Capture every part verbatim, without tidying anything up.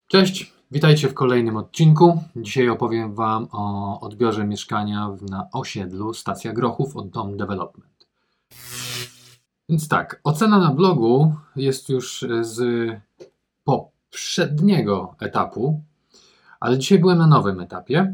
Cześć, witajcie w kolejnym odcinku. Dzisiaj opowiem Wam o odbiorze mieszkania na osiedlu Stacja Grochów od Dom Development. Więc tak, ocena na blogu jest już z poprzedniego etapu, ale dzisiaj byłem na nowym etapie.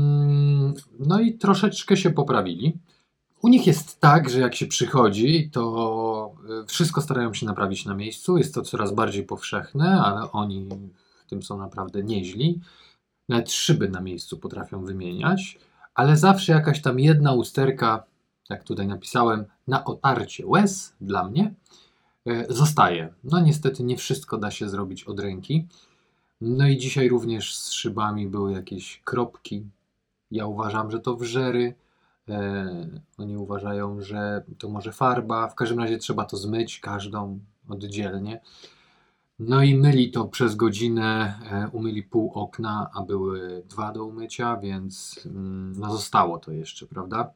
No i troszeczkę się poprawili. U nich jest tak, że jak się przychodzi, to wszystko starają się naprawić na miejscu. Jest to coraz bardziej powszechne, ale oni w tym są naprawdę nieźli. Nawet szyby na miejscu potrafią wymieniać, ale zawsze jakaś tam jedna usterka, jak tutaj napisałem, na otarcie łez dla mnie zostaje. No niestety nie wszystko da się zrobić od ręki. No i dzisiaj również z szybami były jakieś kropki. Ja uważam, że to wrzery. E, oni uważają, że to może farba. W każdym razie trzeba to zmyć, każdą oddzielnie. No i myli to przez godzinę, e, umyli pół okna, a były dwa do umycia, więc mm, no zostało to jeszcze, prawda?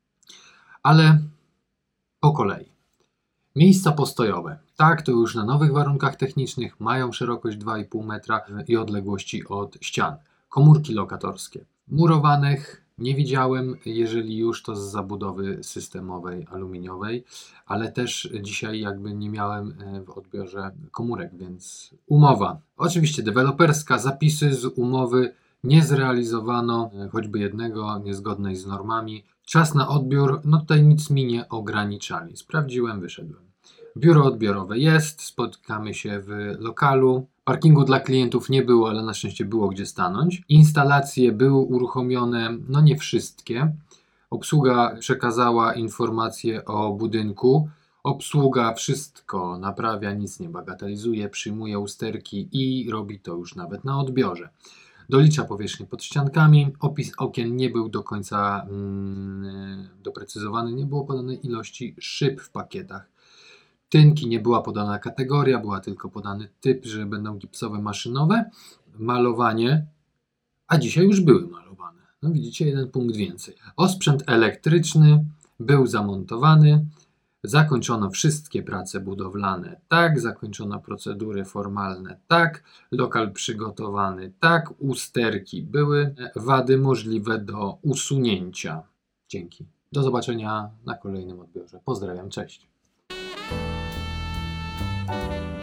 Ale po kolei. Miejsca postojowe. Tak, to już na nowych warunkach technicznych mają szerokość dwa i pół metra i odległości od ścian. Komórki lokatorskie. Murowanych nie widziałem, jeżeli już to z zabudowy systemowej aluminiowej, ale też dzisiaj jakby nie miałem w odbiorze komórek, więc umowa. Oczywiście deweloperska, zapisy z umowy nie zrealizowano, choćby jednego, niezgodnej z normami. Czas na odbiór, no tutaj nic mi nie ograniczali. Sprawdziłem, wyszedłem. Biuro odbiorowe jest, spotkamy się w lokalu. Parkingu dla klientów nie było, ale na szczęście było gdzie stanąć. Instalacje były uruchomione, no nie wszystkie. Obsługa przekazała informacje o budynku. Obsługa wszystko naprawia, nic nie bagatelizuje, przyjmuje usterki i robi to już nawet na odbiorze. Dolicza powierzchnię pod ściankami. Opis okien nie był do końca mm, doprecyzowany. Nie było podanej ilości szyb w pakietach. Tynki nie była podana kategoria, była tylko podany typ, że będą gipsowe, maszynowe. Malowanie, a dzisiaj już były malowane. No widzicie, jeden punkt więcej. Osprzęt elektryczny był zamontowany. Zakończono wszystkie prace budowlane, tak. Zakończono procedury formalne, tak. Lokal przygotowany, tak. Usterki były. Wady możliwe do usunięcia. Dzięki. Do zobaczenia na kolejnym odbiorze. Pozdrawiam, cześć.